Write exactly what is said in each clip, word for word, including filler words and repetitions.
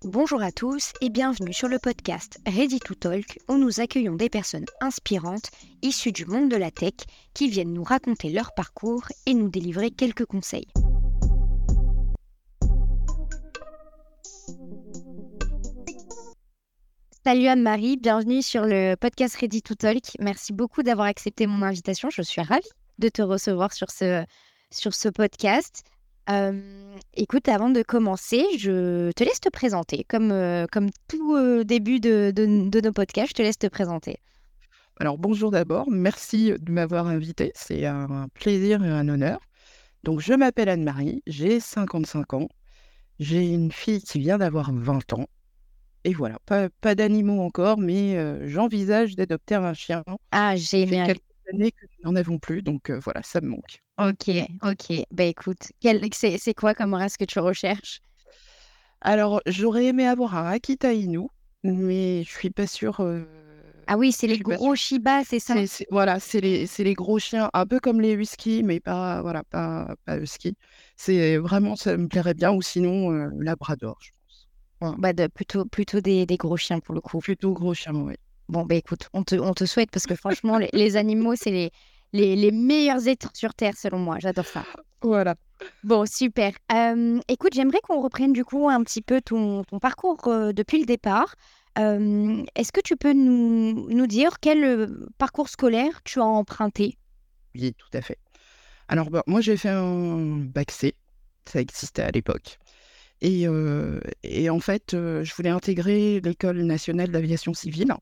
Bonjour à tous et bienvenue sur le podcast Ready to Talk où nous accueillons des personnes inspirantes issues du monde de la tech qui viennent nous raconter leur parcours et nous délivrer quelques conseils. Salut Anne-Marie, bienvenue sur le podcast Ready to Talk. Merci beaucoup d'avoir accepté mon invitation. Je suis ravie de te recevoir sur ce, sur ce podcast. Euh, écoute, avant de commencer, je te laisse te présenter. Comme, euh, comme tout euh, début de, de- de nos podcasts, je te laisse te présenter. Alors bonjour d'abord, merci de m'avoir invité, c'est un plaisir et un honneur. Donc je m'appelle Anne-Marie, j'ai cinquante-cinq ans, j'ai une fille qui vient d'avoir vingt ans, et voilà, pas, pas d'animaux encore, mais euh, j'envisage d'adopter un chien. Ah, Ça fait génial. quelques années que nous n'en avons plus, donc euh, voilà, ça me manque. Ok, ok. Bah écoute, quel, c'est, c'est quoi comme race que tu recherches? Alors j'aurais aimé avoir un Akita Inu, mais je suis pas sûre. euh, Ah oui, c'est je les suis pas gros sûre. Shiba, c'est ça? C'est, c'est- voilà, c'est les, c'est les gros chiens, un peu comme les huskies, mais pas, voilà, pas, pas husky. C'est vraiment, ça me plairait bien, ou sinon euh, labrador, je pense. Voilà. Bah de, plutôt, plutôt des, des gros chiens pour le coup. Plutôt gros chien, oui. Bon, bah écoute, on te, on te souhaite parce que franchement, les, les animaux, c'est les, les, les meilleurs êtres sur Terre selon moi. J'adore ça. Voilà. Bon, super. Euh, écoute, j'aimerais qu'on reprenne du coup un petit peu ton, ton parcours euh, depuis le départ. Euh, est-ce que tu peux nous, nous dire quel euh, parcours scolaire tu as emprunté? Oui, tout à fait. Alors, bah, moi, j'ai fait un bac C, ça existait à l'époque. Et, euh, et en fait, euh, je voulais intégrer l'École nationale d'aviation civile.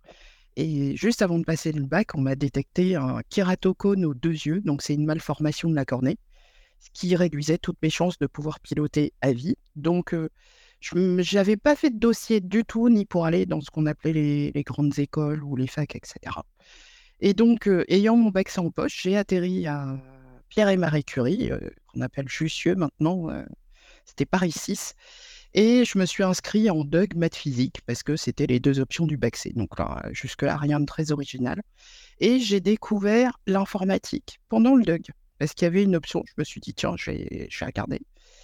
Et juste avant de passer le bac, on m'a détecté un kératocone aux deux yeux, donc c'est une malformation de la cornée, ce qui réduisait toutes mes chances de pouvoir piloter à vie. Donc, euh, je n'avais pas fait de dossier du tout, ni pour aller dans ce qu'on appelait les, les grandes écoles ou les facs, et cetera. Et donc, euh, ayant mon bac en poche, j'ai atterri à Pierre et Marie Curie, euh, qu'on appelle Jussieu maintenant, euh, c'était Paris six, et je me suis inscrit en D U G maths physique, parce que c'était les deux options du bac C. Donc là, jusque-là, rien de très original. Et j'ai découvert l'informatique pendant le D U G, parce qu'il y avait une option. Je me suis dit, tiens, je vais, je vais regarder.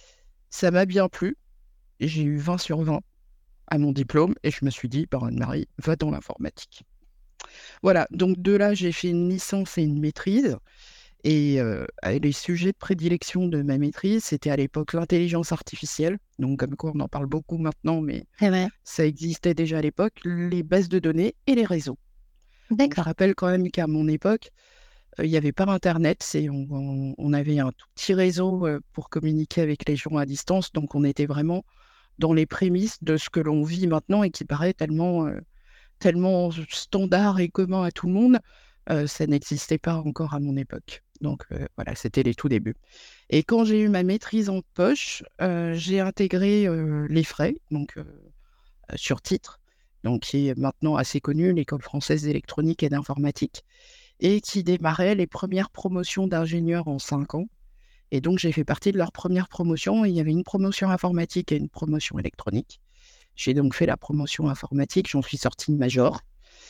Ça m'a bien plu. J'ai eu vingt sur vingt à mon diplôme, et je me suis dit, bah, Anne-Marie, va dans l'informatique. Voilà, donc de là, j'ai fait une licence et une maîtrise. Et euh, les sujets de prédilection de ma maîtrise, c'était à l'époque l'intelligence artificielle. Donc, comme quoi, on en parle beaucoup maintenant, mais C'est vrai. ça existait déjà à l'époque, les bases de données et les réseaux. Donc, je D'accord. rappelle quand même qu'à mon époque, euh, il n'y avait pas Internet, c'est, on, on- on avait un tout petit réseau euh, pour communiquer avec les gens à distance. Donc, on était vraiment dans les prémices de ce que l'on vit maintenant et qui paraît tellement, euh, tellement standard et commun à tout le monde. Euh, ça n'existait pas encore à mon époque. Donc euh, voilà, c'était les tout débuts. Et quand j'ai eu ma maîtrise en poche, euh, j'ai intégré euh, les frais, donc euh, sur titre, donc qui est maintenant assez connu, l'École française d'électronique et d'informatique, et qui démarrait les premières promotions d'ingénieurs en cinq ans. Et donc j'ai fait partie de leur première promotion. Il y avait une promotion informatique et une promotion électronique. J'ai donc fait la promotion informatique, j'en suis sorti major.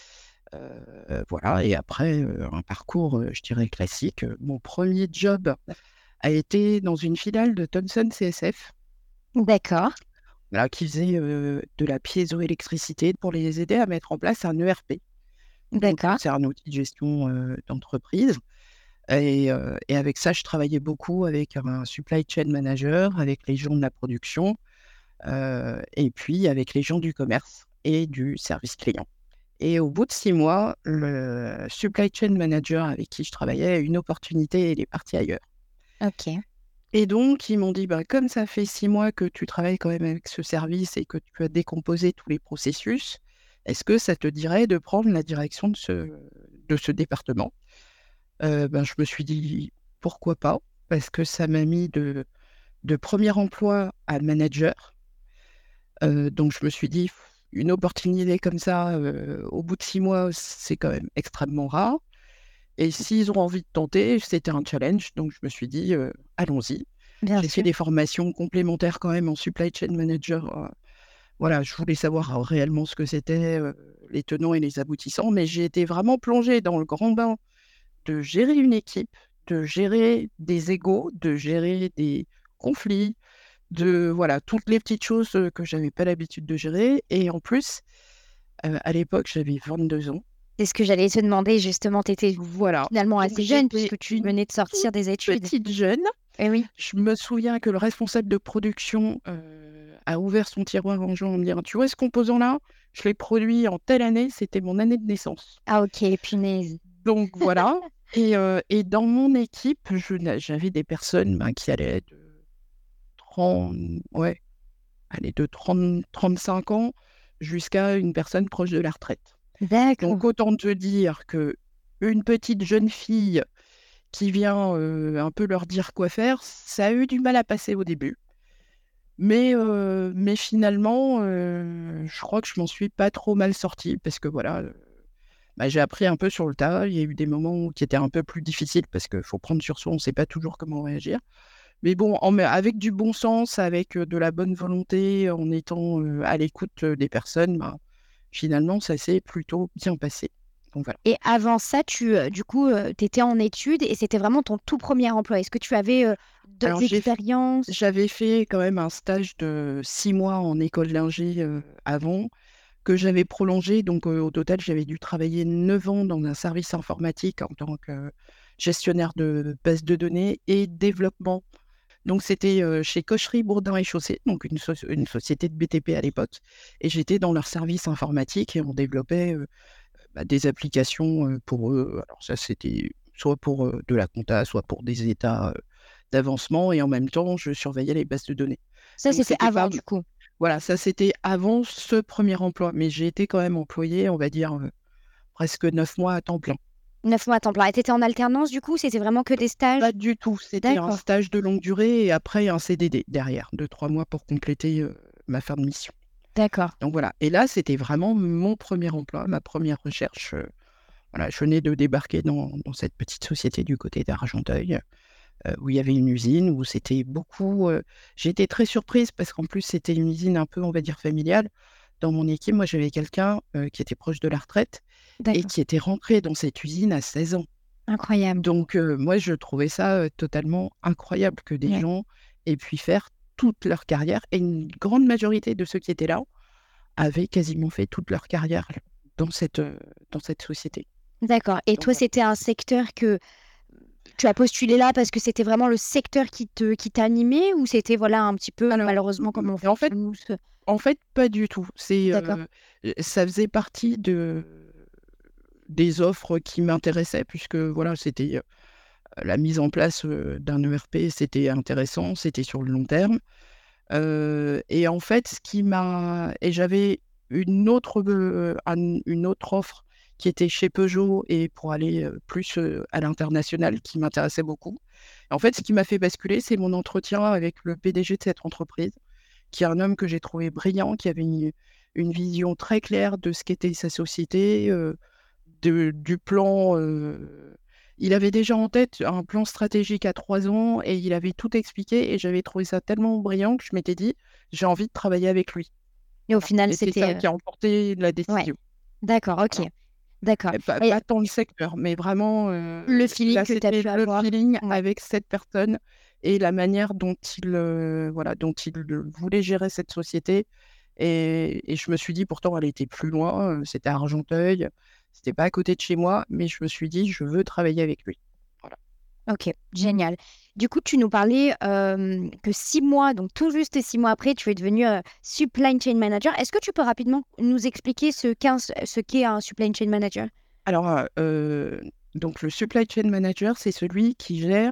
Euh, voilà, et après, euh, un parcours, euh, je dirais, classique. Euh, Mon premier job a été dans une filiale de Thomson C S F, D'accord. voilà, qui faisait euh, de la piézoélectricité pour les aider à mettre en place un E R P. Donc, euh, D'accord. c'est un outil de gestion euh, d'entreprise. Et, euh, et avec ça, je travaillais beaucoup avec un supply chain manager, avec les gens de la production, euh, et puis avec les gens du commerce et du service client. Et au bout de six mois, le supply chain manager avec qui je travaillais a eu une opportunité et il est parti ailleurs. Ok. Et donc, ils m'ont dit, bah, comme ça fait six mois que tu travailles quand même avec ce service et que tu as décomposé tous les processus, est-ce que ça te dirait de prendre la direction de ce, de ce département? Euh, ben, je me suis dit, pourquoi pas? Parce que ça m'a mis de, de premier emploi à manager. Euh, donc, je me suis dit, une opportunité comme ça, euh, au bout de six mois, c'est quand même extrêmement rare. Et s'ils ont envie de tenter, c'était un challenge. Donc, je me suis dit, euh, allons-y. Bien J'ai fait sûr. des formations complémentaires quand même en supply chain manager. euh, voilà, je voulais savoir euh, réellement ce que c'était, euh, les tenants et les aboutissants. Mais j'ai été vraiment plongée dans le grand bain de gérer une équipe, de gérer des égos, de gérer des conflits, de voilà, toutes les petites choses, heu, que j'avais pas l'habitude de gérer et en plus, heu, à l'époque, j'avais vingt-deux ans. C'est ce que j'allais te demander justement, tu étais Voilà, finalement donc assez jeune j'étais puisque tu une venais de toute sortir des études. petite jeune. Eh oui. Je me souviens que le responsable de production, heu, a ouvert son tiroir en jouant en me disant: «Tu vois ce composant-là? Je l'ai produit en telle année, c'était mon année de naissance». Ah OK, punaise. Donc voilà et heu et dans mon équipe, je n'a j'avais des personnes, ben, qui allaient de trente ouais, allez, de trente trente-cinq ans jusqu'à une personne proche de la retraite. D'accord. Donc autant te dire qu'une petite jeune fille qui vient, heu, un peu leur dire quoi faire, ça a eu du mal à passer au début. Mais heu, mais finalement, heu, je crois que je m'en suis pas trop mal sortie parce que voilà, heu, bah, j'ai appris un peu sur le tas. Il y a eu des moments qui étaient un peu plus difficiles parce qu'il faut prendre sur soi, on ne sait pas toujours comment réagir. Mais bon, en me avec du bon sens, avec, heu, de la bonne volonté, en étant, heu, à l'écoute, heu, des personnes, ben, finalement ça s'est plutôt bien passé. Donc voilà. Et avant ça, tu, heu, du coup, heu, tu étais en études et c'était vraiment ton tout premier emploi. Est-ce que tu avais, heu, Alors d'autres j'ai f expériences? j'avais fait quand même un stage de six mois en école d'ingé, heu, avant. Que j'avais prolongé, donc heu, au total, j'avais dû travailler neuf ans dans un service informatique en tant que gestionnaire de base de données et développement. Donc c'était, heu, chez Cocherie Bourdin et Chaussée, donc une soc une société de B T P à l'époque et j'étais dans leur service informatique et on développait, heu, bah, des applications, heu, pour eux. Alors ça, c'était soit pour, heu, de la compta, soit pour des états, heu, d'avancement et en même temps, je surveillais les bases de données. Ça, Donc c'était c'était avant, pas du coup? voilà, ça c'était avant ce premier emploi, mais j'ai été quand même employée, on va dire, heu, presque neuf mois à temps plein. Neuf mois à temps plein et tu étais en alternance, du coup? C'était vraiment que des Pas stages? du tout, c'était un D'accord, stage de longue durée et après un C D D derrière, de trois mois pour compléter, heu, ma fin de mission. d'accord. Donc voilà et là, c'était vraiment mon premier emploi, ma première recherche, heu, voilà, je venais de débarquer dans dans cette petite société du côté d'Argenteuil, heu, où il y avait une usine, où c'était beaucoup, heu j'ai été très surprise parce qu'en plus, c'était une usine un peu, on va dire, familiale. Dans mon équipe, moi, j'avais quelqu'un, heu, qui était proche de la retraite et D'accord. qui était rentré dans cette usine à seize ans. Incroyable. Donc heu, moi, je trouvais ça, heu, totalement incroyable que des Ouais. gens aient pu faire toute leur carrière et une grande majorité de ceux qui étaient là avaient quasiment fait toute leur carrière dans cette, heu, dans cette société. D'accord et Donc toi, voilà. c'était un secteur que tu as postulé là parce que c'était vraiment le secteur qui te qui t'animait ou c'était, voilà, un petit peu Alors, malheureusement mmh, comme on et en fait tous en fait, pas du tout. C'est, d'accord, heu, heu, ça faisait partie de des offres qui m'intéressaient puisque voilà, c'était, heu, la mise en place, heu, d'un E R P, c'était intéressant, c'était sur le long terme. Heu et en fait, ce qui m'a et j'avais une autre, heu, un une autre offre qui était chez Peugeot et pour aller, heu, plus, heu, à l'international qui m'intéressait beaucoup. En fait, ce qui m'a fait basculer, c'est mon entretien avec le P D G de cette entreprise, qui est un homme que j'ai trouvé brillant, qui avait une une vision très claire de ce qu'était sa société, heu, de du plan, heu, il avait déjà en tête un plan stratégique à trois ans et il avait tout expliqué et j'avais trouvé ça tellement brillant que je m'étais dit: «J'ai envie de travailler avec lui». et au Voilà final, et c'est ça c'était, heu qui a emporté la ouais, décision. d'accord, OK, Voilà d'accord et pas et pas tant le secteur, mais vraiment, le heu, feeling là, que tu as c'était pu le avoir? feeling Ouais, avec cette personne et la manière dont il, heu, voilà, dont il, heu, voulait gérer cette société et et je me suis dit pourtant elle était plus loin, heu, c'était à Argenteuil, c'était pas à côté de chez moi, mais je me suis dit: «Je veux travailler avec lui». Voilà. OK, génial. Du coup, tu nous parlais, hem, que six mois, donc tout juste six mois après, tu es devenu, heu, supply chain manager. Est-ce que tu peux rapidement nous expliquer ce qu'un ce qu'est un supply chain manager? Alors, heu, donc le supply chain manager, c'est celui qui gère,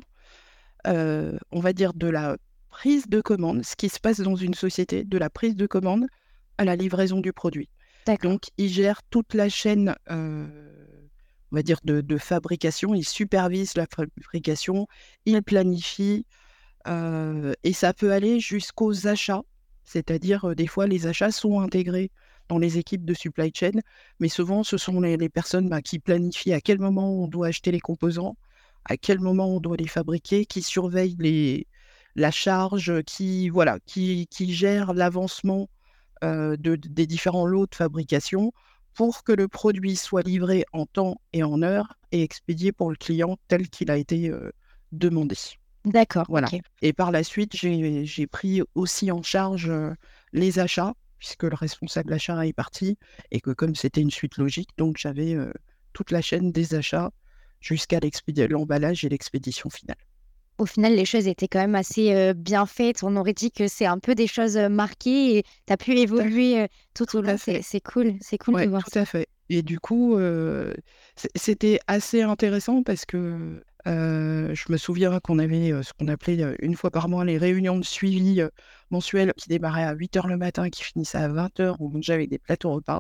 heu, on va dire de la prise de commande, ce qui se passe dans une société, de la prise de commande à la livraison du produit. D'accord, Donc il gère toute la chaîne, heu, on va dire de de fabrication, il supervise la fabrication, il planifie, heu et ça peut aller jusqu'aux achats. C'est-à-dire, heu, des fois les achats sont intégrés dans les équipes de supply chain, mais souvent ce sont les les personnes, bah, qui planifient à quel moment on doit acheter les composants, à quel moment on doit les fabriquer, qui surveillent les la charge, qui voilà, qui qui gèrent l'avancement, heu, de des différents lots de fabrication pour que le produit soit livré en temps et en heure et expédié pour le client tel qu'il a été, heu, demandé. D'accord, Voilà. OK. Et par la suite, j'ai j'ai pris aussi en charge, heu, les achats, puisque le responsable achat est parti et que comme c'était une suite logique, donc j'avais, heu, toute la chaîne des achats jusqu'à l'expédi l'emballage et l'expédition finale. Au final, les choses étaient quand même assez, heu, bien faites. On aurait dit que c'est un peu des choses, heu, marquées et tu as pu Tout à fait, évoluer, heu, tout au tout à long. C'est fait. c'est cool, c'est cool de Ouais, voir tout ça. à fait. Et du coup, heu, c'é c'était assez intéressant parce que, heu, je me souviens qu'on avait, heu, ce qu'on appelait, heu, une fois par mois les réunions de suivi, heu, mensuelles qui démarraient à huit heures le matin, qui finissaient à vingt heures. On mangeait avec des plateaux repas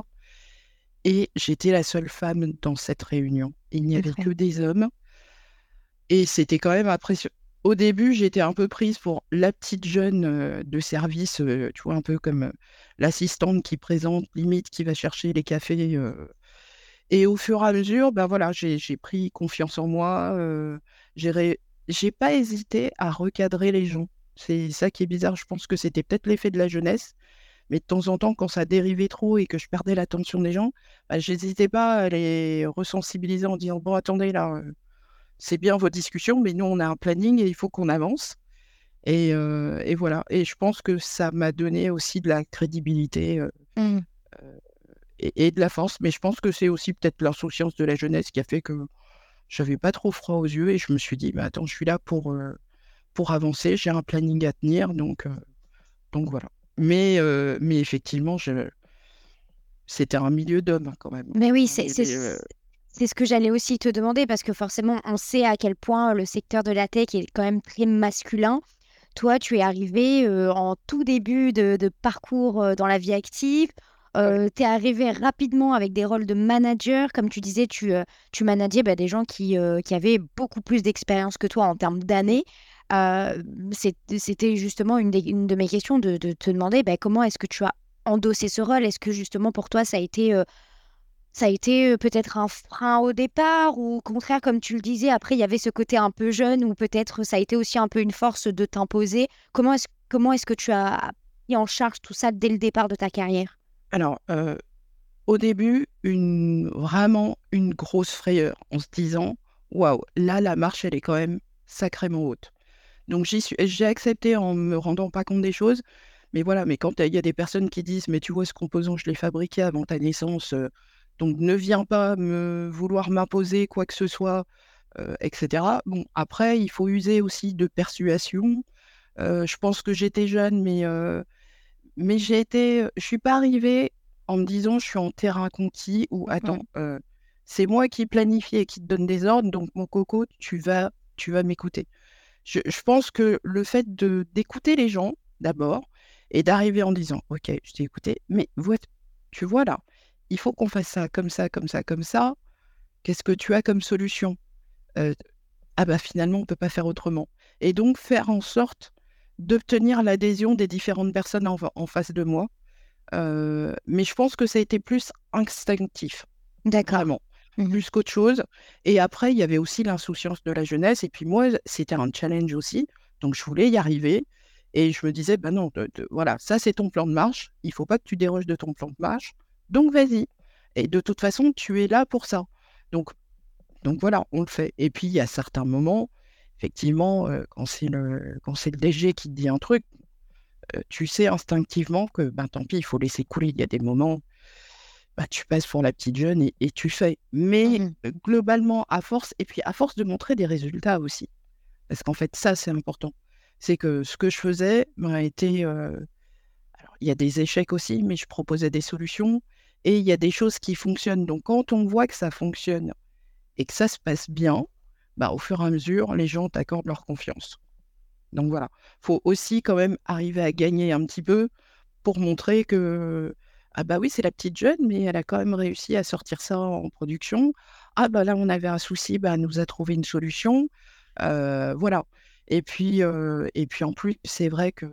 et j'étais la seule femme dans cette réunion. Il n'y avait que Incroyable. des hommes et c'était quand même impressionnant. Au début, j'étais un peu prise pour la petite jeune, heu, de service, heu, tu vois? Un peu comme, heu, l'assistante qui présente, limite qui va chercher les cafés, heu et au fur et à mesure, bah, voilà, j'ai j'ai pris confiance en moi, heu, j'ai ré j'ai pas hésité à recadrer les gens. C'est ça qui est bizarre, je pense que c'était peut-être l'effet de la jeunesse, mais de temps en temps, quand ça dérivait trop et que je perdais l'attention des gens, bah, j'hésitais pas à les resensibiliser en disant: «Bon attendez là, heu, c'est bien vos discussions, mais nous on a un planning et il faut qu'on avance» et heu et voilà. Et je pense que ça m'a donné aussi de la crédibilité, heu Mmh. heu et et de la force, mais je pense que c'est aussi peut-être l'insouciance de la jeunesse qui a fait que j'avais pas trop froid aux yeux et je me suis dit: «Mais attends, je suis là pour, heu, pour avancer, j'ai un planning à tenir donc heu, donc voilà». Mais heu, mais effectivement, je c'était un milieu d'hommes, hein, quand même. Mais oui, On c'est c'est était, heu c c'est ce que j'allais aussi te demander parce que forcément, on sait à quel point le secteur de la tech est quand même très masculin. Toi, tu es arrivé heu, en tout début de de parcours, heu, dans la vie active. ouais, Heu, tu es arrivée rapidement avec des rôles de manager. Comme tu disais, tu, heu, tu manageais, bah, des gens qui, heu, qui avaient beaucoup plus d'expérience que toi en termes mmh, d'années. Heu, c'ét c'était justement une des une de mes questions de de te demander, bah, comment est-ce que tu as endossé ce rôle? Est-ce que justement pour toi ça a été, heu, ça a été, heu, peut-être un frein au départ ou au contraire, comme tu le disais, après il y avait ce côté un peu jeune ou peut-être ça a été aussi un peu une force de t'imposer? Comment est-ce comment est-ce que tu as pris en charge tout ça dès le départ de ta carrière? alors, heu, au début, une vraiment une grosse frayeur en se disant: «Waouh, là, la marche, elle est quand même sacrément haute». Donc j'y suis j'ai accepté en me rendant pas compte des choses, mais voilà, mais quand il y a des personnes qui disent: «Mais tu vois, ce composant, je l'ai fabriqué avant ta naissance, heu, donc ne viens pas me vouloir m'imposer quoi que ce soit», heu et cetera. Bon, après, il faut user aussi de persuasion. Heu, je pense que j'étais jeune, mais heu, mais j'ai été, je suis pas arrivée en me disant: «Je suis en terrain conquis» ou Mmh. «Attends, heu, c'est moi qui planifie et qui te donne des ordres, donc mon coco, tu vas tu vas m'écouter». Je je pense que le fait de d'écouter les gens, d'abord et d'arriver en disant: «OK, je t'ai écouté, mais voit tu vois là, il faut qu'on fasse ça, comme ça, comme ça, comme ça. Qu'est-ce que tu as comme solution?» heu, «Ah bah, finalement, on peut pas faire autrement» et donc faire en sorte d'obtenir l'adhésion des différentes personnes en fa en face de moi, heu, mais je pense que ça a été plus instinctif. D'accord. Vraiment, Mmh. plus qu'autre chose. Et après, il y avait aussi l'insouciance de la jeunesse et puis moi, c'était un challenge aussi, donc je voulais y arriver et je me disais: «Bah non, de de voilà, ça c'est ton plan de marche, il faut pas que tu déroges de ton plan de marche, donc vas-y et de toute façon, tu es là pour ça». Donc donc voilà, on le fait et puis il y a certains moments, effectivement, heu, quand c'est le quand c'est le D G qui te dit un truc, heu, tu sais instinctivement que, ben, tant pis, il faut laisser couler. Il y a des moments, bah, tu passes pour la petite jeune et et tu fais. Mais Mmh. heu, globalement, à force et puis à force de montrer des résultats aussi. Parce qu'en fait, ça, c'est important. C'est que ce que je faisais, m'a été, heu alors il y a des échecs aussi, mais je proposais des solutions et il y a des choses qui fonctionnent. Donc quand on voit que ça fonctionne et que ça se passe bien, bah, au fur et à mesure, les gens t'accordent leur confiance. Donc voilà. Faut aussi quand même arriver à gagner un petit peu pour montrer que, ah bah, oui, c'est la petite jeune, mais elle a quand même réussi à sortir ça en production. Ah bah, là, on avait un souci, bah, elle nous a trouvé une solution. Heu, voilà et puis, heu et puis en plus, c'est vrai que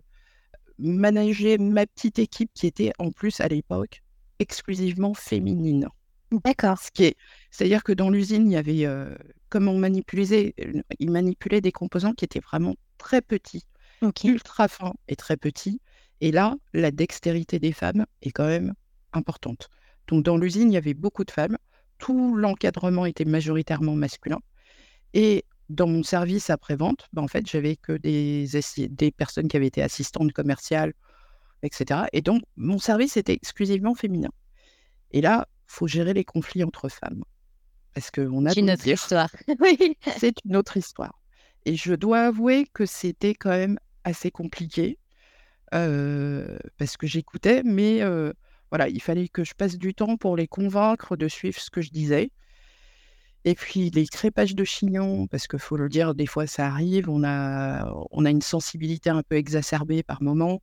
manager ma petite équipe qui était en plus à l'époque exclusivement féminine. D'accord. Ce qui est c'est-à-dire que dans l'usine, il y avait, heu, comme on manipulait, heu, ils manipulaient des composants qui étaient vraiment très petits, OK. ultra fins et très petits et là, la dextérité des femmes est quand même importante. Donc dans l'usine, il y avait beaucoup de femmes, tout l'encadrement était majoritairement masculin et dans mon service après-vente, bah, en fait, j'avais que des assi des personnes qui avaient été assistantes commerciales et cetera et donc mon service était exclusivement féminin et là, faut gérer les conflits entre femmes parce qu'on a C'est beau une le autre dire, histoire. Oui. c'est une autre histoire et je dois avouer que c'était quand même assez compliqué, heu, parce que j'écoutais mais heu, voilà, il fallait que je passe du temps pour les convaincre de suivre ce que je disais et puis les crêpages de chignon, parce qu'il faut le dire, des fois ça arrive, on a on a une sensibilité un peu exacerbée par moment,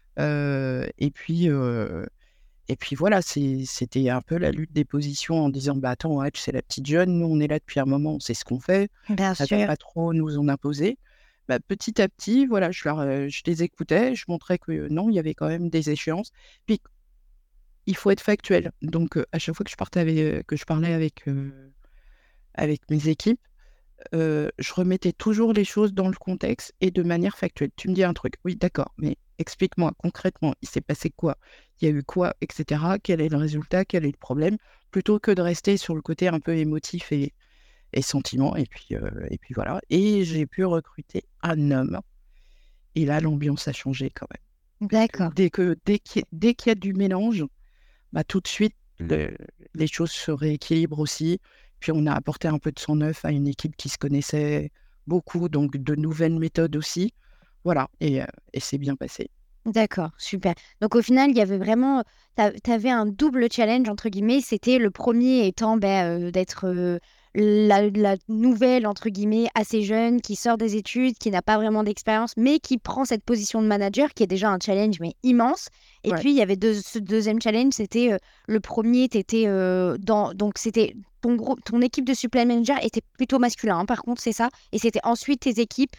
heu et puis, heu et puis voilà, c'est c'était un peu la lutte des positions en disant: «Bah, attends, ouais, c'est la petite jeune, nous on est là depuis un moment, on sait ce qu'on fait, Bien elle va sûr. pas trop nous en imposer». Bah, petit à petit, voilà, je leur, heu, je les écoutais, je montrais que euh, non, il y avait quand même des échéances. Puis il faut être factuel, donc heu, à chaque fois que je partais avec, heu, que je parlais avec, heu, avec mes équipes, Heu, je remettais toujours les choses dans le contexte et de manière factuelle. Tu me dis un truc, oui d'accord, mais explique-moi concrètement, il s'est passé quoi? Il y a eu quoi? Et cetera. Quel est le résultat? Quel est le problème? Plutôt que de rester sur le côté un peu émotif et et sentiment et puis, heu et puis voilà et j'ai pu recruter un homme et là l'ambiance a changé quand même. Parce que D'accord. dès que dès qu'il y a dès qu'il y a du mélange, bah, tout de suite, le les choses se rééquilibrent aussi. Puis on a apporté un peu de sang neuf à une équipe qui se connaissait beaucoup, donc de nouvelles méthodes aussi. Voilà et heu et c'est bien passé. D'accord, super. Donc au final, il y avait vraiment tu avais un «double challenge» entre guillemets. C'était le premier étant, beh, heu, d'être, heu, la la «nouvelle» entre guillemets, assez jeune, qui sort des études, qui n'a pas vraiment d'expérience, mais qui prend cette position de manager, qui est déjà un challenge, mais immense. Et Ouais, puis il y avait deux ce deuxième challenge, c'était, heu, le premier tu étais, dans donc c'était ton groupe ton équipe de supply manager était plutôt masculin, hein, par contre, c'est ça? Et c'était ensuite tes équipes,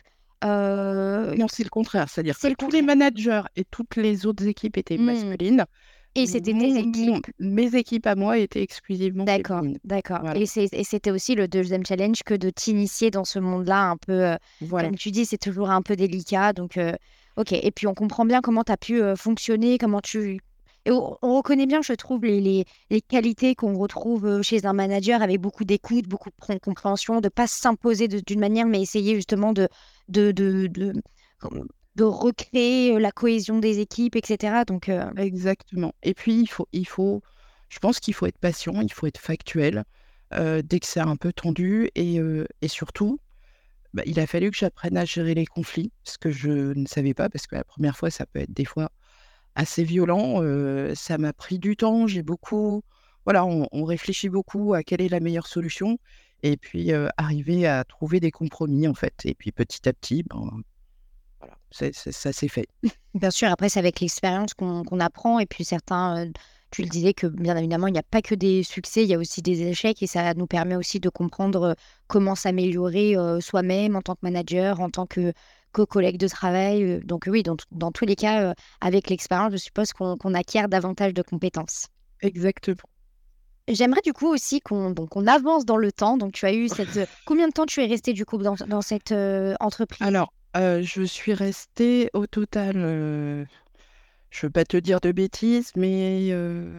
heu, non, c'est le contraire, c'est-à-dire c'est que le tous les contraire? managers et toutes les autres équipes étaient Mmh. masculines. Et c'était tes Mon mon équipes? mes équipes à moi étaient exclusivement D'accord, féminines. d'accord. Voilà, Et c'est et c'était aussi le deuxième challenge que de t'initier dans ce monde-là un peu, heu, voilà. comme tu dis, c'est toujours un peu délicat donc heu, OK et puis on comprend bien comment tu as pu, heu, fonctionner, comment tu et on on reconnaît bien, je trouve, les les les qualités qu'on retrouve, heu, chez un manager avec beaucoup d'écoute, beaucoup de pré compréhension, de pas s'imposer de d'une manière, mais essayer justement de de de de com de recréer, heu, la cohésion des équipes et cetera donc heu, Exactement et puis il faut il faut je pense qu'il faut être patient, il faut être factuel, heu, dès que c'est un peu tendu et heu et surtout, bah, il a fallu que j'apprenne à gérer les conflits, ce que je ne savais pas parce que la première fois, ça peut être des fois assez violent, heu, ça m'a pris du temps, j'ai beaucoup voilà, on on réfléchit beaucoup à quelle est la meilleure solution et puis, heu, arriver à trouver des compromis, en fait et puis petit à petit, ben, voilà, c'est c'est ça s'est fait. bien sûr, après, c'est avec l'expérience qu'on qu'on apprend et puis certains, heu, tu le disais que bien évidemment, il n'y a pas que des succès, il y a aussi des échecs et ça nous permet aussi de comprendre, heu, comment s'améliorer, heu, soi-même en tant que manager, en tant que que collègue de travail, heu, donc oui, dans t dans tous les cas, heu, avec l'expérience, je suppose qu'on qu'on acquiert davantage de compétences. Exactement. J'aimerais du coup aussi qu'on donc on avance dans le temps, donc tu as eu cette, heu combien de temps tu es resté du coup dans dans cette, heu, entreprise? Alors, heu, je suis restée au total, heu, je veux pas te dire de bêtises, mais heu,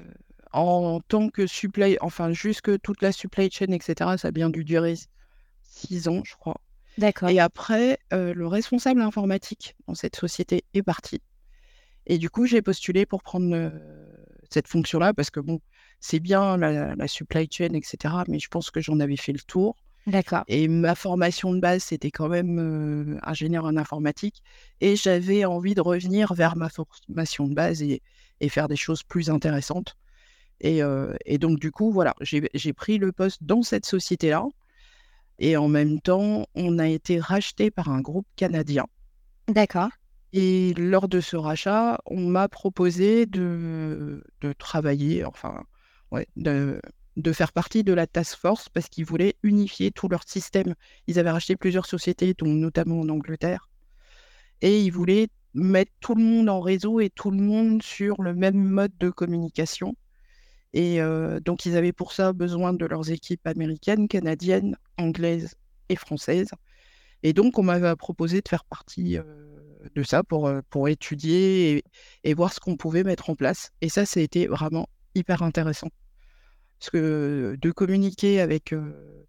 en tant que supply enfin jusque toute la supply chain et cetera, ça a bien dû durer six ans, je crois D'accord, et après, heu, le responsable informatique dans cette société est parti et du coup, j'ai postulé pour prendre, heu, cette fonction-là parce que bon, c'est bien la la supply chain et cetera, mais je pense que j'en avais fait le tour. d'accord. Et ma formation de base, c'était quand même, heu, ingénieur en informatique et j'avais envie de revenir vers ma formation de base et et faire des choses plus intéressantes et heu et donc du coup, voilà, j'ai j'ai pris le poste dans cette société-là et en même temps, on a été racheté par un groupe canadien D'accord, et lors de ce rachat, on m'a proposé de de travailler, enfin, ouais, de de faire partie de la task force parce qu'ils voulaient unifier tout leur système. Ils avaient racheté plusieurs sociétés, dont notamment en Angleterre et ils voulaient mettre tout le monde en réseau et tout le monde sur le même mode de communication et heu, donc ils avaient pour ça besoin de leurs équipes américaines, canadiennes, anglaises et françaises et donc on m'avait proposé de faire partie, heu, de ça pour, heu, pour étudier et et voir ce qu'on pouvait mettre en place et ça, ça a été vraiment hyper intéressant. Parce que de communiquer avec, heu,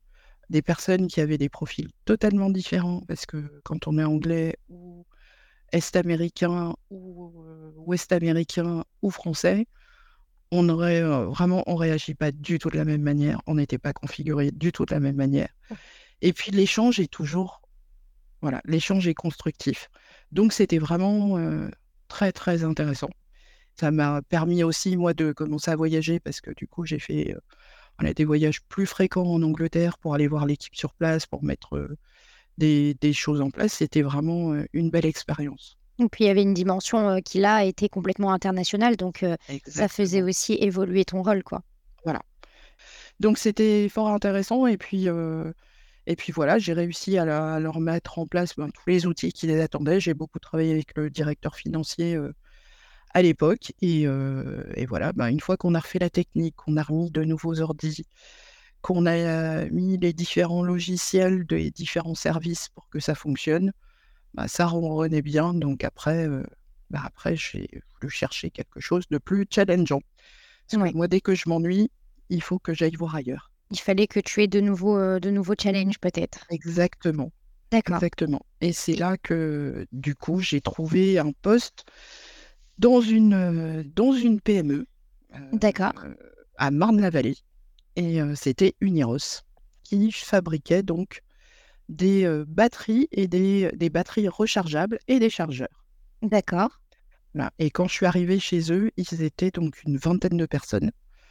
des personnes qui avaient des profils totalement différents parce que quand on est anglais ou est-américain ou heu, ouest-américain ou français, on aurait, heu, vraiment on réagit pas du tout de la même manière, on n'était pas configurés du tout de la même manière et puis l'échange est toujours voilà, l'échange est constructif. Donc c'était vraiment, heu, très, très intéressant. Ça m'a permis aussi moi de commencer à voyager parce que du coup j'ai fait, heu, voilà, des voyages plus fréquents en Angleterre pour aller voir l'équipe sur place, pour mettre, heu, des des choses en place. C'était vraiment, heu, une belle expérience. Et puis il y avait une dimension, heu, qui là était complètement internationale, donc heu, ça faisait Exactement, aussi évoluer ton rôle, quoi. voilà. Donc c'était fort intéressant et puis, heu et puis voilà, j'ai réussi à la à leur mettre en place, ben, tous les outils qui les attendaient. J'ai beaucoup travaillé avec le directeur financier, heu, à l'époque et heu et voilà, ben, une fois qu'on a refait la technique, qu'on a remis de nouveaux ordis, qu'on a mis les différents logiciels des différents services pour que ça fonctionne, bah, ça ronronnait bien donc après, heu, bah, après j'ai voulu chercher quelque chose de plus challengeant. Parce que Oui, moi, dès que je m'ennuie, il faut que j'aille voir ailleurs. il fallait que tu aies de nouveaux, heu, de nouveaux challenges peut-être? Exactement, D'accord, exactement et c'est et là que, du coup, j'ai trouvé un poste dans une, heu, dans une P M E, d'accord, heu, à Marne-la-Vallée et heu, c'était Uniros qui fabriquait donc des, heu, batteries et des, des batteries rechargeables et des chargeurs. d'accord, Voilà et quand je suis arrivée chez eux, ils étaient donc une vingtaine de personnes,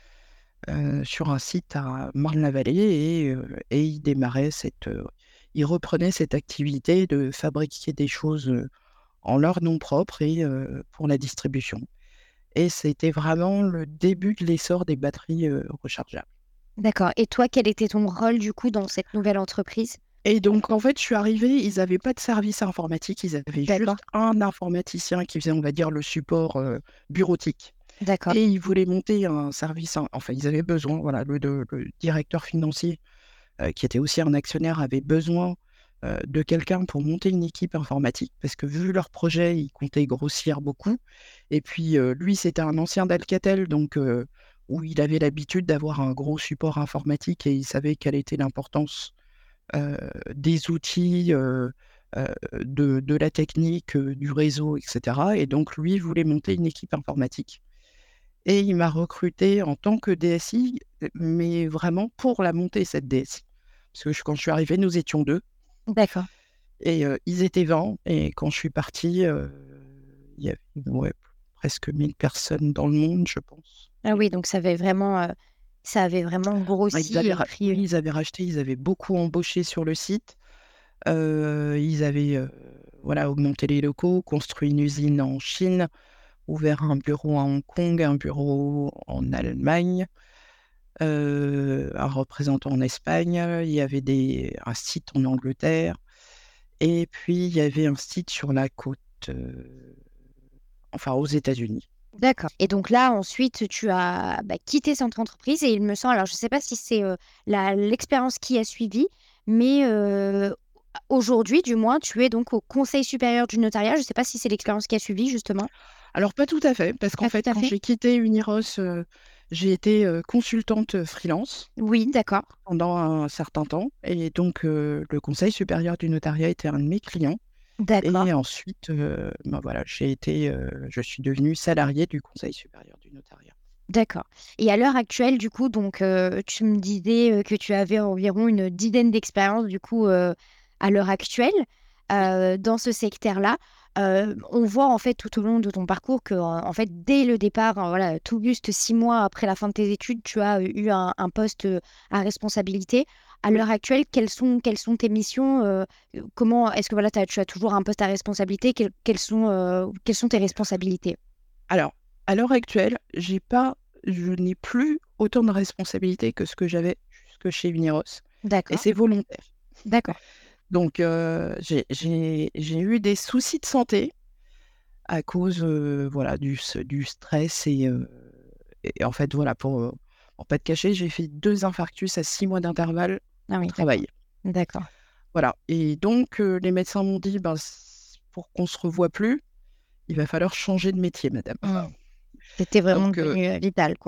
heu, sur un site à Marne-la-Vallée et heu et ils démarraient cette, heu, ils reprenaient cette activité de fabriquer des choses, heu, en leur nom propre et heu, pour la distribution et c'était vraiment le début de l'essor des batteries, heu, rechargeables. d'accord, et toi, quel était ton rôle du coup dans cette nouvelle entreprise? Et donc en fait, je suis arrivée, ils avaient pas de service informatique, ils avaient D'accord, juste un informaticien qui faisait, on va dire, le support, heu, bureautique. d'accord, Et ils voulaient monter un service in enfin, ils avaient besoin, voilà, le de le directeur financier, heu, qui était aussi un actionnaire, avait besoin, heu, de quelqu'un pour monter une équipe informatique parce que vu leur projet, ils comptaient grossir beaucoup et puis, heu, lui, c'était un ancien d'Alcatel donc, heu, où il avait l'habitude d'avoir un gros support informatique et il savait quelle était l'importance, heu, des outils, heu heu, de de la technique, heu, du réseau et cetera et donc lui voulait monter une équipe informatique. Et il m'a recrutée en tant que D S I, heu, mais vraiment pour la monter cette D S I. Parce que je quand je suis arrivée, nous étions deux d'accord. et heu, ils étaient vingt et quand je suis partie, heu, il y avait ouais, presque mille personnes dans le monde, je pense. Ah oui, donc ça avait vraiment, heu, ça avait vraiment Enfin, ils grossi avaient et ra pris, oui, heu ils avaient racheté, ils avaient beaucoup embauché sur le site. Heu, ils avaient, heu, voilà, augmenté les locaux, construit une usine en Chine, ouvert un bureau à Hong Kong, un bureau en Allemagne. Heu, un représentant en Espagne, il y avait des un site en Angleterre et puis il y avait un site sur la côte, heu, enfin aux États-Unis. d'accord, et donc là, ensuite, tu as, bah, quitté cette entreprise et il me semble, alors je ne sais pas si c'est, heu, la l'expérience qui a suivi, mais heu, aujourd'hui, du moins, tu es donc au Conseil supérieur du notariat. Je ne sais pas si c'est l'expérience qui a suivi justement? Alors pas tout à fait, parce qu'en Pas tout fait à quand fait? j'ai quitté Uniros, heu, j'ai été, heu, consultante, heu, freelance Oui, d'accord, pendant un certain temps et donc heu, le Conseil supérieur du notariat était un de mes clients d'accord, et ensuite, heu, ben voilà, j'ai été, heu, je suis devenue salariée du Conseil supérieur du notariat. d'accord, et à l'heure actuelle, du coup, donc heu, tu me disais, heu, que tu avais environ une dizaine d'expériences, du coup, heu, à l'heure actuelle, Oui. heu, dans ce secteur-là. Heu, on voit, en fait, tout au long de ton parcours que, en en fait, dès le départ, hein, voilà, tout juste six mois après la fin de tes études, tu as, heu, eu un un poste, heu, à responsabilité. À Oui. l'heure actuelle, quelles sont quelles sont tes missions? Heu, comment est-ce que, voilà, tu as tu as toujours un poste à responsabilité? Quelles quelles sont, heu, quelles sont tes responsabilités? Alors, à l'heure actuelle, j'ai pas je n'ai plus autant de responsabilités que ce que j'avais jusque chez Uniros et D'accord, c'est volontaire. d'accord, Donc heu, j'ai j'ai j'ai eu des soucis de santé à cause, heu, voilà, du s du stress et heu et en fait, voilà, pour, heu, pour pas te cacher, j'ai fait deux infarctus à six mois d'intervalle ah au oui, d'accord, travail. d'accord. Voilà et donc heu, les médecins m'ont dit: «Ben, s pour qu'on se revoie plus, il va falloir changer de métier madame». Mmh. C'était vraiment Donc heu devenu, heu, vital, quoi.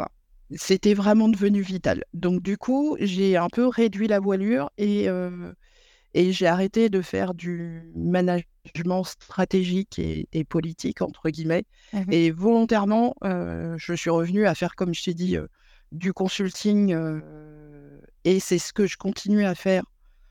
c'était vraiment devenu vital. Donc du coup, j'ai un peu réduit la voilure et heu et j'ai arrêté de faire du management stratégique et et «politique» entre guillemets Mmh. et volontairement, heu, je suis revenue à faire, comme je t'ai dit, heu, du consulting, heu et c'est ce que je continue à faire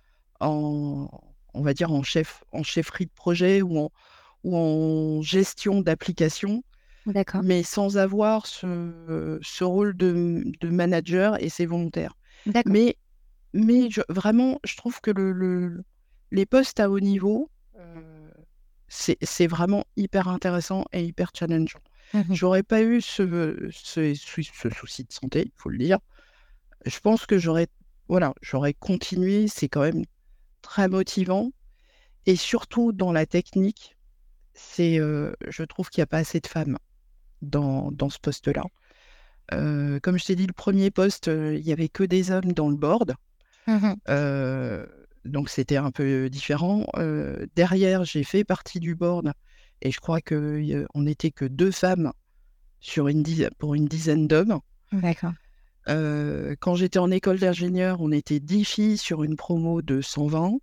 en on va dire en chef en chefferie de projet ou en ou en gestion d'application, D'accord, mais sans avoir ce ce rôle de de manager et c'est volontaire. d'accord, Mais mais je vraiment, je trouve que le le les postes à haut niveau, heu, c'est c'est vraiment hyper intéressant et hyper challengeant. mmh, J'aurais pas eu ce ce sou ce souci de santé, il faut le dire. Je pense que j'aurais voilà, j'aurais continué, c'est quand même très motivant et surtout dans la technique, c'est, heu, je trouve qu'il y a pas assez de femmes dans dans ce poste-là. Heu, comme je t'ai dit, le premier poste, heu, il y avait que des hommes dans le board. mmh. Heu, donc c'était un peu différent. Heu, derrière, j'ai fait partie du board et je crois que y on n'était que deux femmes sur une dizaine pour une dizaine d'hommes. D'accord. Heu, quand j'étais en école d'ingénieur, on était dix filles sur une promo de cent vingt.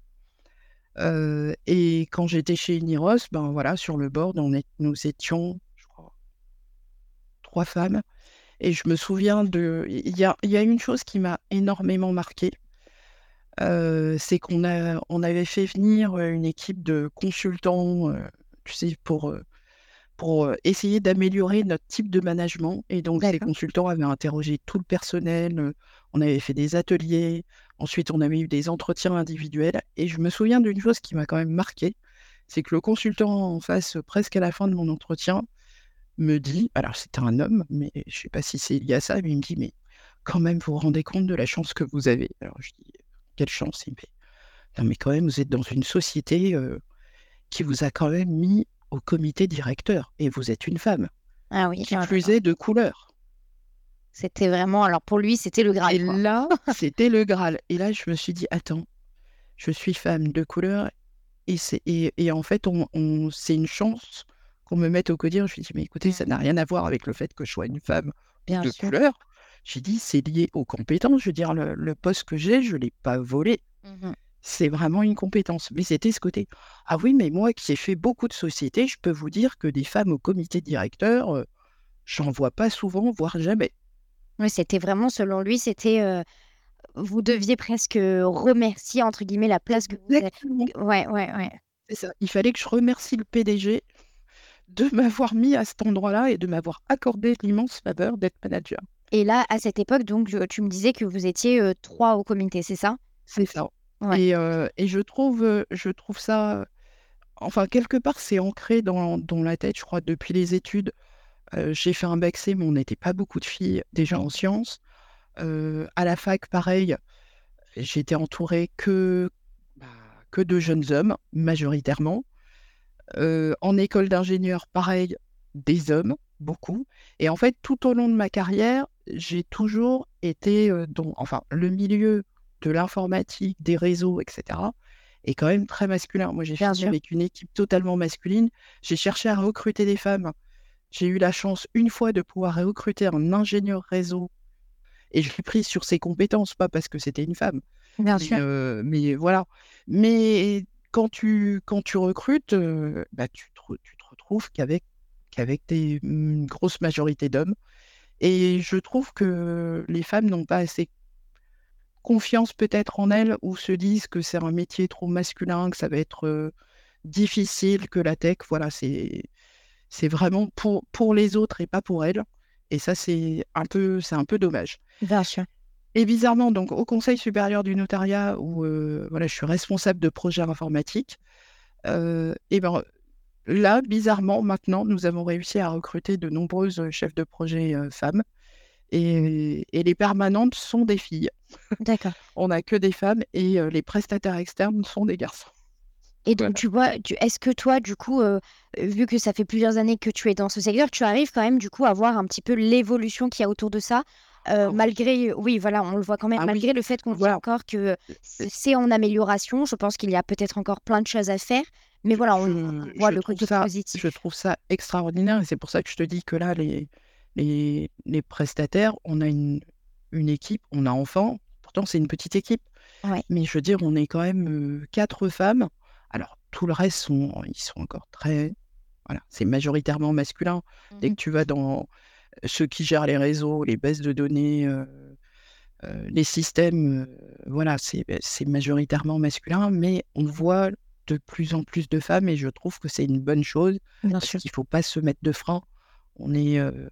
Heu et quand j'étais chez Uniros, ben, voilà, sur le board, on est nous étions, je crois, trois femmes et je me souviens de il y a il y a une chose qui m'a énormément marquée. Heu, c'est qu'on a on avait fait venir, heu, une équipe de consultants, heu, tu sais, pour, heu, pour, heu, essayer d'améliorer notre type de management et donc ces D'accord. consultants avaient interrogé tout le personnel, heu, on avait fait des ateliers, ensuite on avait eu des entretiens individuels et je me souviens d'une chose qui m'a quand même marquée, c'est que le consultant en face, heu, presque à la fin de mon entretien, me dit alors c'était un homme, mais je sais pas si c'est lié à ça, mais il me dit: «Mais quand même, vous vous rendez compte de la chance que vous avez?» Alors je dis: «Quelle chance?» Il me fait: non, mais quand même, vous êtes dans une société, heu, qui vous a quand même mis au comité directeur et vous êtes une femme, Ah oui, qui oh là plus là. est de couleur C'était vraiment alors pour lui, c'était le et Graal, quoi. là, c'était le Graal et là, je me suis dit: «Attends, je suis femme de couleur et c'est et et en fait, on on c'est une chance qu'on me mette au codir». Je lui dis: «Mais écoutez, ça Mmh. n'a rien à voir avec le fait que je sois une femme ou Bien de sûr. couleur». J'ai dit: «C'est lié aux compétences». Je veux dire le le poste que j'ai, je l'ai pas volé. Mmh. C'est vraiment une compétence. Mais c'était ce côté: «Ah oui, mais moi qui ai fait beaucoup de sociétés, je peux vous dire que des femmes au comité directeur, heu, j'en vois pas souvent, voire jamais». Oui, c'était vraiment selon lui, c'était, heu, vous deviez presque, heu, «remercier» entre guillemets la place que vous avez Exactement, ouais, ouais, ouais. c'est ça. Il fallait que je remercie le P D G de m'avoir mis à cet endroit-là et de m'avoir accordé l'immense faveur d'être manager. Et là, à cette époque donc, heu, tu me disais que vous étiez, heu, trois au comité, c'est ça? C'est ça Ouais. et heu et je trouve, heu, je trouve ça, heu, enfin quelque part c'est ancré dans dans la tête, je crois depuis les études. Heu, j'ai fait un bac C, mais on n'était pas beaucoup de filles déjà Oui. en sciences. Heu, à la fac, pareil, j'étais entourée que, bah, que de jeunes hommes, majoritairement. Heu, en école d'ingénieur, pareil, des hommes, beaucoup et en fait, tout au long de ma carrière, j'ai toujours été, heu, dans enfin, le milieu de l'informatique, des réseaux et cetera est quand même très masculin. Moi, j'ai Bien fini sûr. avec une équipe totalement masculine. J'ai cherché à recruter des femmes. J'ai eu la chance, une fois, de pouvoir recruter un ingénieur réseau et je l'ai prise sur ses compétences, pas parce que c'était une femme. Bien Mais sûr. heu, mais voilà. Mais quand tu quand tu recrutes, heu, bah, tu te re tu te retrouves qu'avec qu'avec des mmh, une grosse majorité d'hommes et je trouve que les femmes n'ont pas assez confiance peut-être en elles ou se disent que c'est un métier trop masculin, que ça va être, heu, difficile, que la tech, voilà, c'est c'est vraiment pour pour les autres et pas pour elles et ça, c'est un peu c'est un peu dommage. Bien sûr. Et bizarrement, donc au Conseil supérieur du notariat où, heu, voilà, je suis responsable de projet informatique, heu et ben, là, bizarrement, maintenant, nous avons réussi à recruter de nombreuses, heu, chefs de projet, heu, femmes et et les permanentes sont des filles. D'accord. On n'a que des femmes et heu, les prestataires externes sont des garçons. Et Voilà. donc tu vois, tu est-ce que toi du coup, heu, vu que ça fait plusieurs années que tu es dans ce secteur, tu arrives quand même du coup à voir un petit peu l'évolution qu'il y a autour de ça? Heu, Ah oui. malgré oui voilà, on le voit quand même, Ah oui. malgré le fait qu'on dit Voilà. encore que Heu, c'est c'est en amélioration, je pense qu'il y a peut-être encore plein de choses à faire, mais je voilà, on je on voit je le trouve côté ça positif. je trouve ça extraordinaire et c'est pour ça que je te dis que là, les les les prestataires, on a une une équipe, on a enfant, pourtant c'est une petite équipe, Ouais. mais je veux dire, on est quand même, heu, quatre femmes. Alors tout le reste sont ils sont encore très voilà, c'est majoritairement masculin. Dès Mmh. que tu vas dans ceux qui gèrent les réseaux, les bases de données, heu heu, les systèmes, heu, voilà, c'est beh, c'est majoritairement masculin, mais on voit de plus en plus de femmes et je trouve que c'est une bonne chose Bien parce sûr. qu'il faut pas se mettre de frein. On est, heu,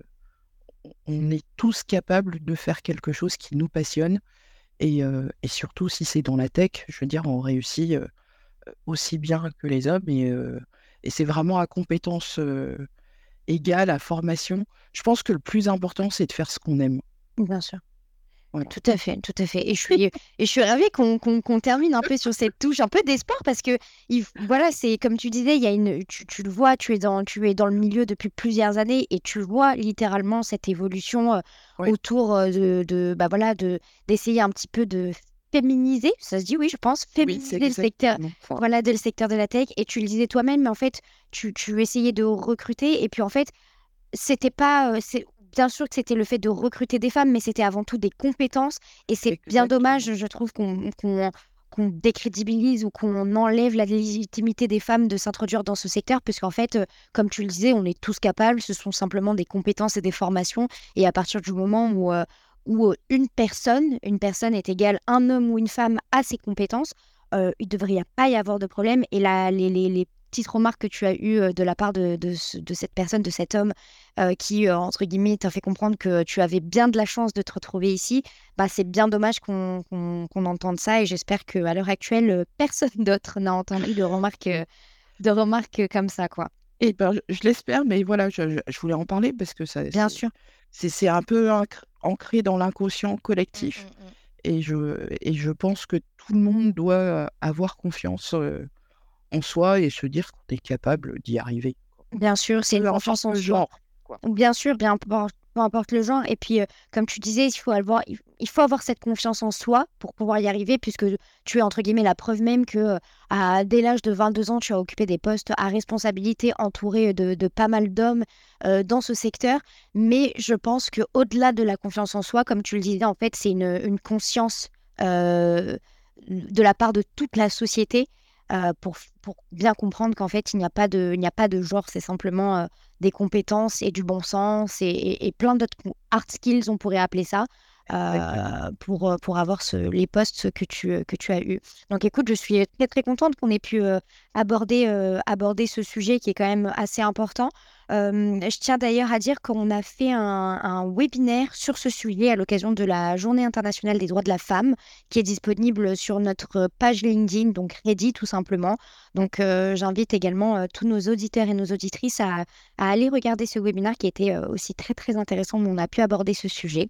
on est tous capables de faire quelque chose qui nous passionne et heu et surtout si c'est dans la tech, je veux dire, on réussit, heu, aussi bien que les hommes et heu et c'est vraiment à compétences, heu, égales, à formation. Je pense que le plus important, c'est de faire ce qu'on aime. Bien sûr. Voilà. Tout à fait, tout à fait et je suis et je suis ravie qu'on qu'on qu'on termine un peu sur cette touche un peu d'espoir parce que il f voilà, c'est comme tu disais, il y a une tu tu le vois, tu es dans tu es dans le milieu depuis plusieurs années et tu vois littéralement cette évolution, heu, Ouais. autour, heu, de de, bah, voilà, de d'essayer un petit peu de féminiser, ça se dit, oui, je pense, Oui, c'est féminiser le secteur, exactement ça. voilà, de le secteur de la tech et tu le disais toi-même, mais en fait, tu tu essayais de recruter et puis en fait, c'était pas, heu, c'est bien sûr que c'était le fait de recruter des femmes, mais c'était avant tout des compétences et c'est bien dommage, Exactement. je trouve qu'on qu'on qu'on décrédibilise ou qu'on enlève la légitimité des femmes de s'introduire dans ce secteur puisqu'en fait, heu, comme tu le disais, on est tous capables, ce sont simplement des compétences et des formations et à partir du moment où, heu, où, heu, une personne une personne est égale un homme ou une femme a ses compétences, heu, il devrait pas y avoir de problème et la les les les petites remarques que tu as eues, heu, de la part de de ce de cette personne, de cet homme, heu, qui, heu, entre guillemets, t'a fait comprendre que tu avais bien de la chance de te retrouver ici, bah, c'est bien dommage qu'on qu'on qu'on entende ça et j'espère qu'à l'heure actuelle, heu, personne d'autre n'a entendu de remarques, heu, de remarques, heu, comme ça, quoi. Et ben, je je l'espère, mais voilà, je je je voulais en parler parce que ça Bien c'est sûr. c'est c'est un peu ancr ancré dans l'inconscient Mmh, collectif mmh mh. et je et je pense que tout le monde doit, heu, avoir confiance, heu, en soi et se dire qu'on est capable d'y arriver, quoi. Bien sûr, c'est une Peu importe confiance en le soi. genre, quoi. Bien sûr, bien impor peu importe le genre et puis, heu, comme tu disais, il faut avoir il il faut avoir cette confiance en soi pour pouvoir y arriver puisque tu es entre guillemets «la preuve même» que, heu, à dès l'âge de vingt-deux ans, tu as occupé des postes à responsabilité entouré de de pas mal d'hommes, heu, dans ce secteur. Mais je pense qu'au-delà de la confiance en soi, comme tu le disais, en fait, c'est une, une conscience, heu, de la part de toute la société, heu, pour f pour bien comprendre qu'en fait, il n'y a pas de il n'y a pas de genre, c'est simplement, heu, des compétences et du bon sens et et et plein d'autres con hard skills, on pourrait appeler ça, Exactement. heu, pour, heu, pour avoir ce les postes que tu, heu, que tu as eus. Donc écoute, je suis, très, très contente qu'on ait pu, heu, aborder, heu, aborder ce sujet qui est quand même assez important. Hem, je tiens d'ailleurs à dire qu'on a fait un un webinaire sur ce sujet à l'occasion de la Journée internationale des droits de la femme, qui est disponible sur notre page LinkedIn, donc Ready tout simplement. Donc, heu, j'invite également, heu, tous nos auditeurs et nos auditrices à à aller regarder ce webinaire qui était, heu, aussi très, très intéressant où on a pu aborder ce sujet.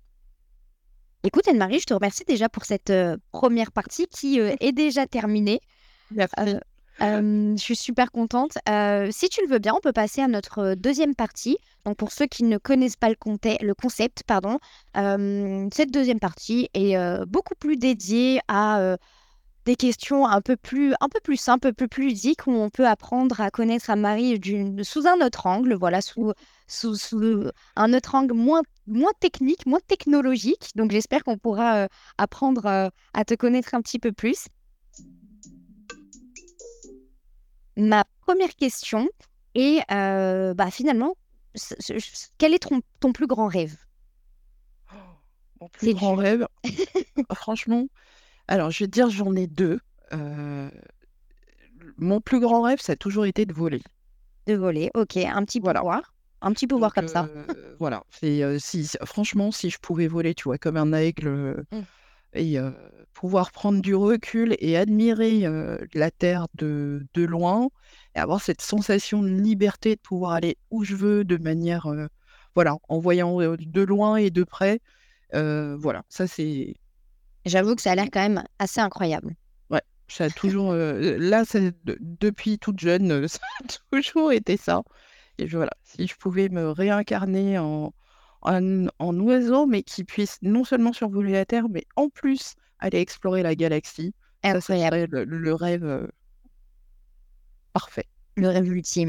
Écoute Anne-Marie, je te remercie déjà pour cette, heu, première partie qui, heu, est déjà terminée. Heu, Merci. hem, je suis super contente. Heu, si tu le veux bien, on peut passer à notre, heu, deuxième partie. Donc pour ceux qui ne connaissent pas le conte le concept, pardon, hem, cette deuxième partie est, heu, beaucoup plus dédiée à, heu, des questions un peu plus un peu plus simples, un peu plus ludiques, où on peut apprendre à connaître Anne-Marie d'une sous un autre angle, voilà, sous sous sous un autre angle moins moins technique, moins technologique. Donc j'espère qu'on pourra, heu, apprendre, heu, à te connaître un petit peu plus. Ma première question est, heu, bah, finalement, ce ce ch quel est ton ton plus grand rêve? Mon plus C'est grand dur. rêve, franchement, alors je vais te dire, j'en ai deux. Heu, mon plus grand rêve, ça a toujours été de voler. De voler, OK, un petit Voilà. pouvoir, un petit pouvoir Donc comme ça. heu, voilà, c'est, heu, si s franchement, si je pouvais voler, tu vois, comme un aigle, heu Mmh. et heu, pouvoir prendre du recul et admirer, heu, la terre de de loin et avoir cette sensation de liberté de pouvoir aller où je veux de manière, heu, voilà, en voyant, heu, de loin et de près, heu, voilà, ça c'est J'avoue que ça a l'air quand même assez incroyable. ouais, ça a toujours, heu, là, c'est de depuis toute jeune, heu, ça a toujours été ça et je voilà, si je pouvais me réincarner en en en oiseau, mais qui puisse non seulement survoler la terre, mais en plus aller explorer la galaxie, ça, ça Incroyable, serait le le rêve, heu, parfait. le rêve ultime.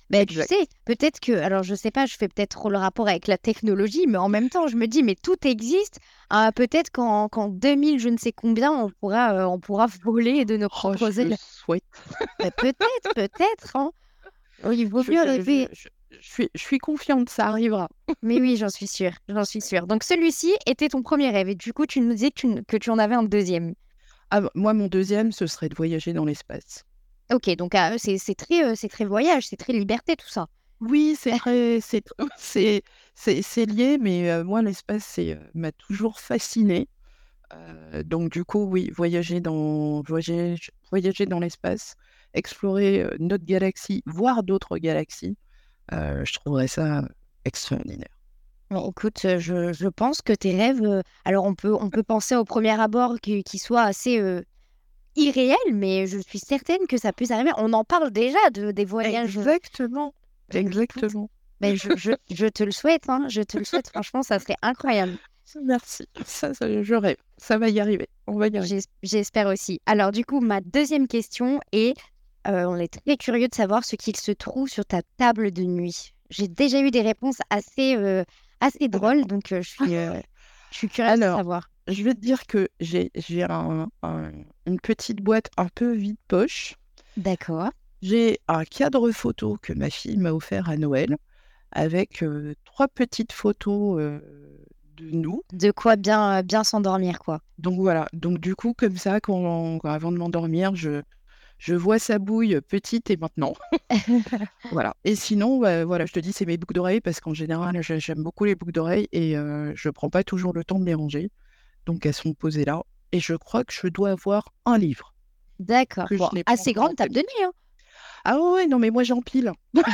Ben, tu Exact. sais, peut-être que, alors je sais pas, je fais peut-être trop le rapport avec la technologie, mais en même temps, je me dis, mais tout existe. Ah, peut-être qu'en qu'en deux mille, je ne sais combien, on pourra, euh, on pourra voler de nos Oh, je propres le ailes. souhaite. Ben, peut-être, peut-être, hein. Oui, il vaut Je, mieux je, je, rêver. je, je suis, je suis confiante, ça arrivera. Mais oui, j'en suis sûre, j'en suis sûre. Donc celui-ci était ton premier rêve, et du coup, tu nous disais que tu, n- que tu en avais un deuxième. Ah, moi, mon deuxième, ce serait de voyager dans l'espace. Ok, donc ah, c'est c'est très, euh, c'est très voyage, c'est très liberté, tout ça. Oui, c'est très, c'est, tr- c'est, c'est, c'est lié, mais euh, moi, l'espace, c'est, euh, m'a toujours fasciné. Euh, donc, du coup, oui, voyager dans, voyager, voyager dans l'espace, explorer euh, notre galaxie, voir d'autres galaxies, euh, je trouverais ça extraordinaire. Mais écoute, euh, je, je pense que tes rêves, euh, alors on peut, on peut penser au premier abord qu'ils qu'ils soient assez euh, irréels, mais je suis certaine que ça peut s'arriver. On en parle déjà de, des voyages. euh, Exactement, Donc écoute, exactement. ben je, je, je te le souhaite, hein, je te le souhaite, franchement, ça serait incroyable. Merci. Ça, ça, je rêve. Ça va y arriver. On va y arriver. J'es- J'espère aussi. Alors du coup, ma deuxième question est, euh, on est très curieux de savoir ce qu'il se trouve sur ta table de nuit. J'ai déjà eu des réponses assez, euh, assez drôles, Alors, donc euh, je suis, euh, je suis curieuse de alors, savoir. je vais te dire que j'ai j'ai un- un- une petite boîte un peu vide-poche. D'accord. J'ai un cadre photo que ma fille m'a offert à Noël avec euh, trois petites photos euh, de nous. De quoi bien, euh, bien s'endormir, quoi. Donc voilà. Donc du coup, comme ça, quand, quand- avant de m'endormir, je, je vois sa bouille petite et maintenant. Voilà. Et sinon, bah, voilà, je te dis, c'est mes boucles d'oreilles parce qu'en général, j'ai- j'aime beaucoup les boucles d'oreilles et euh, je prends pas toujours le temps de les ranger. Donc elles sont posées là. Et je crois que je dois avoir un livre D'accord. que je Bon, n'ai pas assez encore grande table de entamé. nuit, hein. Ah ouais, ouais, non, mais moi j'empile.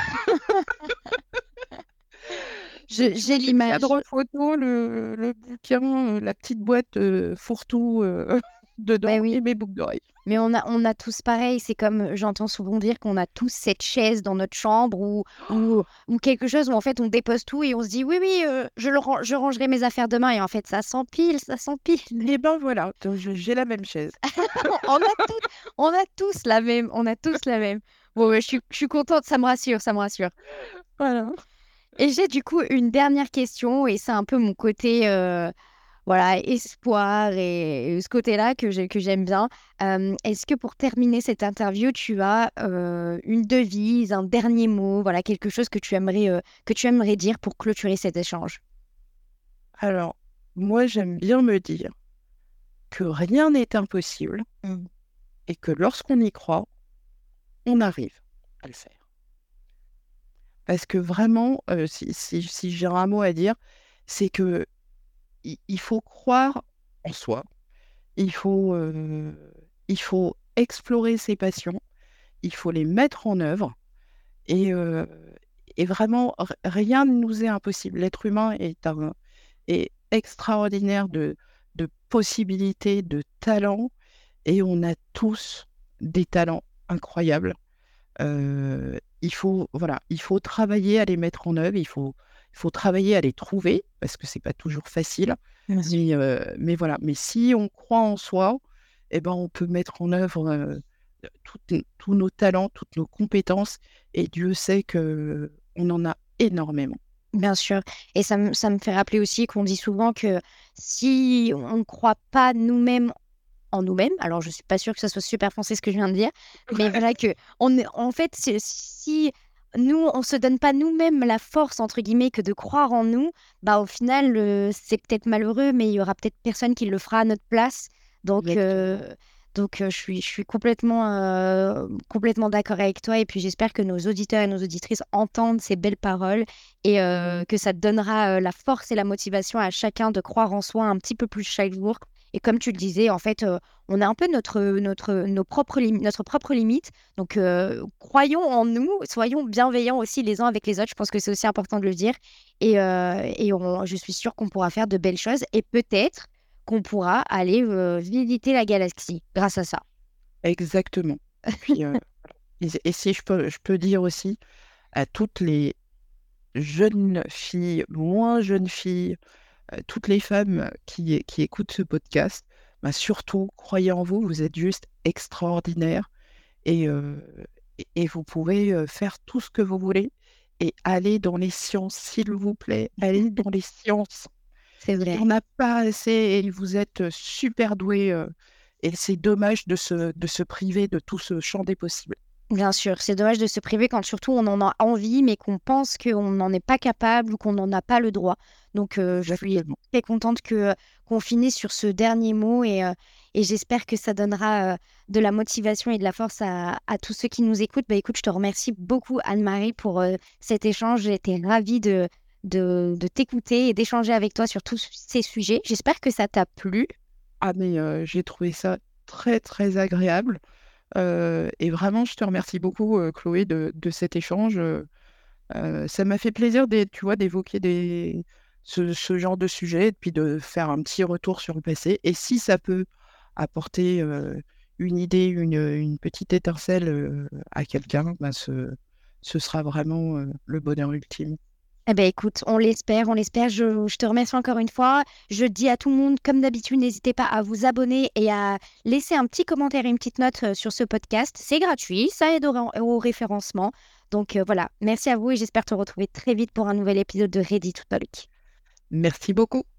Je- J'ai, tu vois, j'ai j'ai le l'image. cadre photo, le, le bouquin, euh, la petite boîte euh, fourre-tout euh, Ben dedans oui. et mes boucles d'oreilles. Mais on a, on a tous pareil, c'est comme euh, j'entends souvent dire qu'on a tous cette chaise dans notre chambre ou, ou, ou quelque chose où en fait on dépose tout et on se dit oui, oui, euh, je, le ran- je rangerai mes affaires demain et en fait ça s'empile, ça s'empile. Et ben voilà, donc, je- j'ai la même chaise. On a tout, on a tous la même, on a tous la même. Bon, ouais, je suis, je suis contente, ça me rassure, ça me rassure. Voilà. Et j'ai du coup une dernière question et c'est un peu mon côté, euh, voilà, espoir et, et ce côté-là que j'ai, que j'aime bien. Euh, est-ce que pour terminer cette interview, tu as euh, une devise, un dernier mot, voilà, quelque chose que tu aimerais, euh, que tu aimerais dire pour clôturer cet échange? Alors, moi j'aime bien me dire que rien n'est impossible Mm. et que lorsqu'on y croit, on arrive à le faire. Parce que vraiment, euh, si, si, si j'ai un mot à dire, c'est que il, il faut croire en soi, il faut, euh, il faut explorer ses passions, il faut les mettre en œuvre et, euh, et vraiment, r- rien ne nous est impossible. L'être humain est, un, est extraordinaire de, de possibilités, de talents et on a tous des talents incroyables. Euh, il faut, voilà, il faut travailler à les mettre en œuvre, il faut, il faut travailler à les trouver, parce que c'est pas toujours facile. Bien sûr. Mais, euh, mais voilà, mais si on croit en soi, eh ben, on peut mettre en œuvre euh, toutes- tous nos talents, toutes nos compétences, et Dieu sait que on en a énormément. Bien sûr. Et ça me, ça me fait rappeler aussi qu'on dit souvent que si on ne croit pas nous-mêmes en nous-mêmes. Alors, je suis pas sûre que ça soit super français ce que je viens de dire, mais voilà que on est, en fait, c'est- si nous on se donne pas nous-mêmes la force entre guillemets que de croire en nous, bah au final euh, c'est peut-être malheureux, mais il y aura peut-être personne qui le fera à notre place. Donc Exactement. euh, donc euh, je suis je suis complètement euh, complètement d'accord avec toi et puis j'espère que nos auditeurs et nos auditrices entendent ces belles paroles et euh, que ça donnera euh, la force et la motivation à chacun de croire en soi un petit peu plus chaque jour. Et comme tu le disais, en fait, euh, on a un peu notre, notre, nos propres lim- notre propre limite. Donc, euh, croyons en nous, soyons bienveillants aussi les uns avec les autres. Je pense que c'est aussi important de le dire. Et, euh, et on- je suis sûre qu'on pourra faire de belles choses. Et peut-être qu'on pourra aller euh, visiter la galaxie grâce à ça. Exactement. Et puis, euh, et, et si je peux, je peux dire aussi à toutes les jeunes filles, moins jeunes filles, euh, toutes les femmes qui, qui écoutent ce podcast, bah, surtout, croyez en vous, vous êtes juste extraordinaires. Et, euh, et et vous pouvez, heu, faire tout ce que vous voulez et aller dans les sciences, s'il vous plaît, allez dans les sciences. C'est Il y vrai. en a pas assez et vous êtes, heu, super doués, heu et c'est dommage de se de se priver de tout ce champ des possibles. Bien sûr, c'est dommage de se priver quand surtout on en a envie, mais qu'on pense qu'on n'en est pas capable ou qu'on n'en a pas le droit. Donc, heu, je suis Exactement. très contente que qu'on finisse sur ce dernier mot et heu et j'espère que ça donnera, heu, de la motivation et de la force à à tous ceux qui nous écoutent. Bah, écoute, je te remercie beaucoup Anne-Marie pour, heu, cet échange. J'ai été ravie de de de t'écouter et d'échanger avec toi sur tous ces sujets. J'espère que ça t'a plu. Ah mais, heu, j'ai trouvé ça très, très agréable, heu et vraiment je te remercie beaucoup, heu, Chloé de de cet échange, heu heu, ça m'a fait plaisir d'é tu vois, d'évoquer des ce ce genre de sujet et puis de faire un petit retour sur le passé et si ça peut apporter, heu, une idée, une, une petite étincelle, heu, à quelqu'un, bah, ce ce sera vraiment, heu, le bonheur ultime. Eh ben, écoute, on l'espère, on l'espère. Je je te remercie encore une fois. Je dis à tout le monde, comme d'habitude, n'hésitez pas à vous abonner et à laisser un petit commentaire et une petite note, heu, sur ce podcast. C'est gratuit, ça aide au ren au référencement. Donc, heu, voilà, merci à vous et j'espère te retrouver très vite pour un nouvel épisode de Ready to Talk. Merci beaucoup.